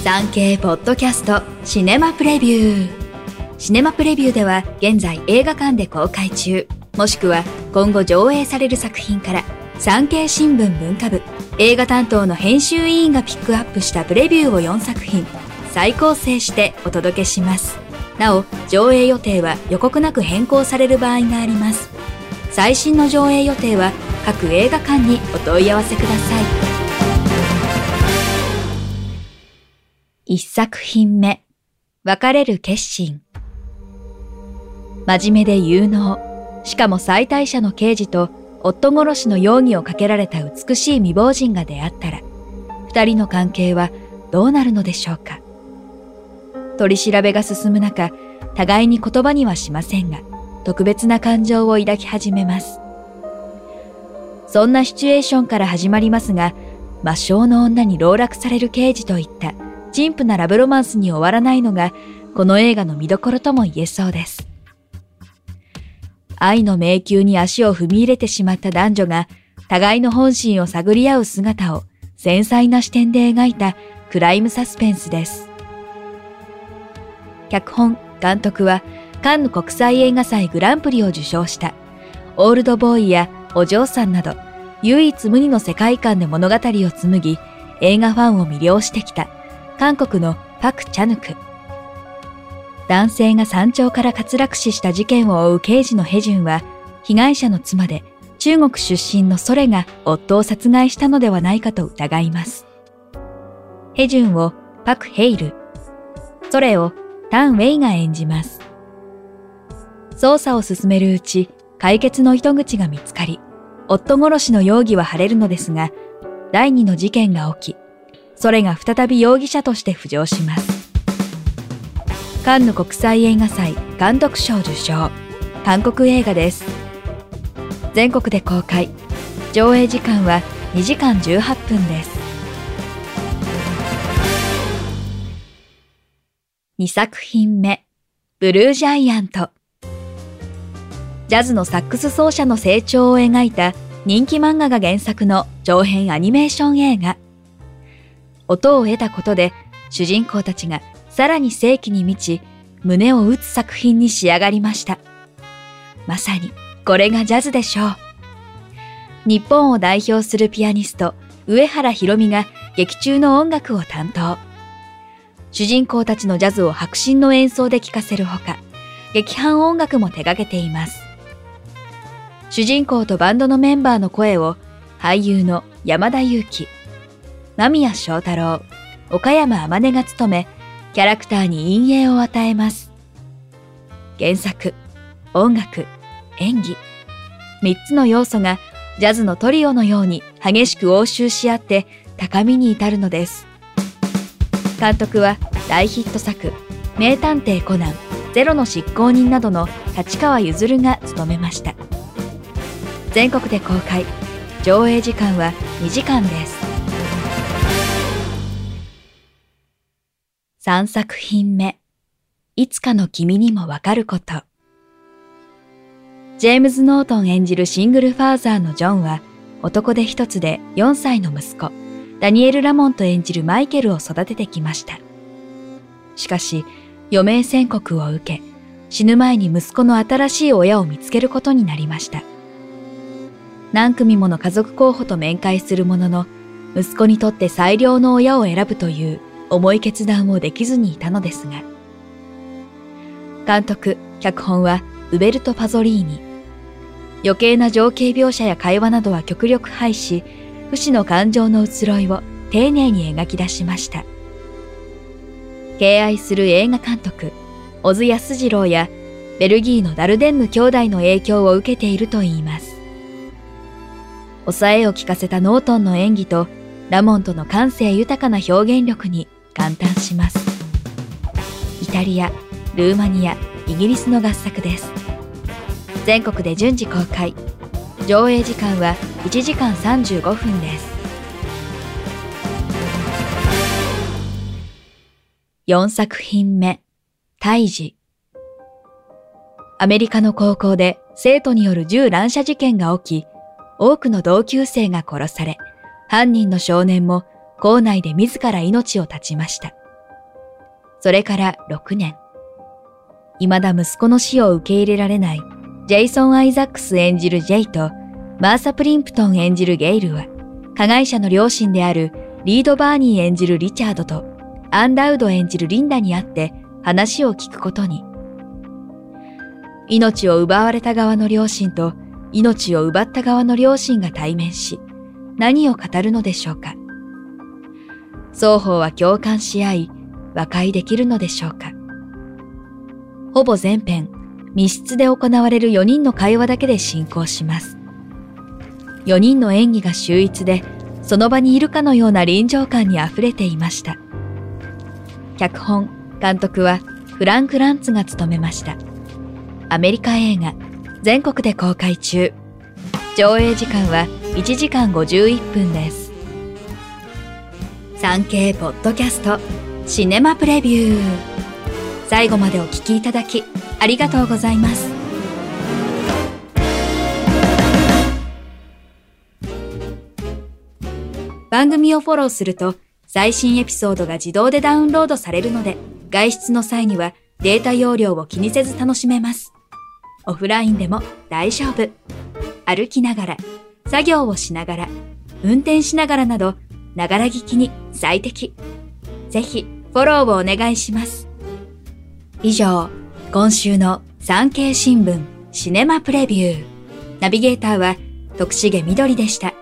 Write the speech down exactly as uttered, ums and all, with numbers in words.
産経ポッドキャストシネマプレビュー。シネマプレビューでは現在映画館で公開中、もしくは今後上映される作品から産経新聞文化部映画担当の編集委員がピックアップしたプレビューをよんさく品再構成してお届けします。なお、上映予定は予告なく変更される場合があります。最新の上映予定は各映画館にお問い合わせください。一作品目、別れる決心。真面目で有能、しかも妻帯者の刑事と夫殺しの容疑をかけられた美しい未亡人が出会ったら、二人の関係はどうなるのでしょうか。取り調べが進む中、互いに言葉にはしませんが、特別な感情を抱き始めます。そんなシチュエーションから始まりますが、魔性の女に籠絡される刑事といった陳腐なラブロマンスに終わらないのが、この映画の見どころとも言えそうです。愛の迷宮に足を踏み入れてしまった男女が、互いの本心を探り合う姿を繊細な視点で描いたクライムサスペンスです。脚本・監督はカンヌ国際映画祭グランプリを受賞したオールドボーイやお嬢さんなど唯一無二の世界観で物語を紡ぎ映画ファンを魅了してきた韓国のパク・チャヌク。男性が山頂から滑落死した事件を追う刑事のヘジュンは被害者の妻で中国出身のソレが夫を殺害したのではないかと疑います。ヘジュンをパク・ヘイル、ソレをタン・ウェイが演じます。捜査を進めるうち解決の糸口が見つかり、夫殺しの容疑は晴れるのですが、第二の事件が起き、ソレが再び容疑者として浮上します。カンヌ国際映画祭監督賞受賞、韓国映画です。全国で公開、上映時間はにじかんじゅうはっぷんです。にさく品目、ブルージャイアント。ジャズのサックス奏者の成長を描いた人気漫画が原作の長編アニメーション映画。音を得たことで主人公たちがさらに世紀に満ち、胸を打つ作品に仕上がりました。まさにこれがジャズでしょう。日本を代表するピアニスト、上原ひろみが劇中の音楽を担当。主人公たちのジャズを迫真の演奏で聴かせるほか、劇伴音楽も手掛けています。主人公とバンドのメンバーの声を俳優の山田裕貴、間宮祥太朗、岡山天音が務め、キャラクターに陰影を与えます。原作、音楽、演技、三つの要素がジャズのトリオのように激しく応酬し合って高みに至るのです。監督は大ヒット作名探偵コナン、ゼロの執行人などの立川譲が務めました。全国で公開、上映時間はにじかんです。さんさく品目、いつかの君にもわかること。ジェームズ・ノートン演じるシングルファーザーのジョンは、男手一つでよんさいの息子、ダニエル・ラモント演じるマイケルを育ててきました。しかし、余命宣告を受け、死ぬ前に息子の新しい親を見つけることになりました。何組もの家族候補と面会するものの、息子にとって最良の親を選ぶという重い決断をできずにいたのですが。監督、脚本はウベルト・パゾリーニ。余計な情景描写や会話などは極力排し、不死の感情の移ろいを丁寧に描き出しました。敬愛する映画監督、小津安二郎やベルギーのダルデンヌ兄弟の影響を受けているといいます。抑えを効かせたノートンの演技とラモンとの感性豊かな表現力に感嘆します。イタリア、ルーマニア、イギリスの合作です。全国で順次公開。上映時間はいちじかんさんじゅうごふんです。よんさく品目、胎児。アメリカの高校で生徒による銃乱射事件が起き、多くの同級生が殺され、犯人の少年も校内で自ら命を絶ちました。 それからろくねん。未だ息子の死を受け入れられないジェイソン・アイザックス演じるジェイとマーサ・プリンプトン演じるゲイルは、加害者の両親であるリード・バーニー演じるリチャードとアン・ダウド演じるリンダに会って話を聞くことに。命を奪われた側の両親と命を奪った側の両親が対面し、何を語るのでしょうか。双方は共感し合い、和解できるのでしょうか。ほぼ全編、密室で行われるよにんの会話だけで進行します。よにんの演技が秀逸で、その場にいるかのような臨場感にあふれていました。脚本、監督はフランク・ランツが務めました。アメリカ映画、全国で公開中。上映時間はいちじかんごじゅういっぷんです。サンケイポッドキャストシネマプレビュー。最後までお聞きいただきありがとうございます。番組をフォローすると最新エピソードが自動でダウンロードされるので、外出の際にはデータ容量を気にせず楽しめます。オフラインでも大丈夫。歩きながら、作業をしながら、運転しながらなど、ながら聞きに最適。ぜひフォローをお願いします。以上、今週の産経新聞シネマプレビュー。ナビゲーターは徳重みどりでした。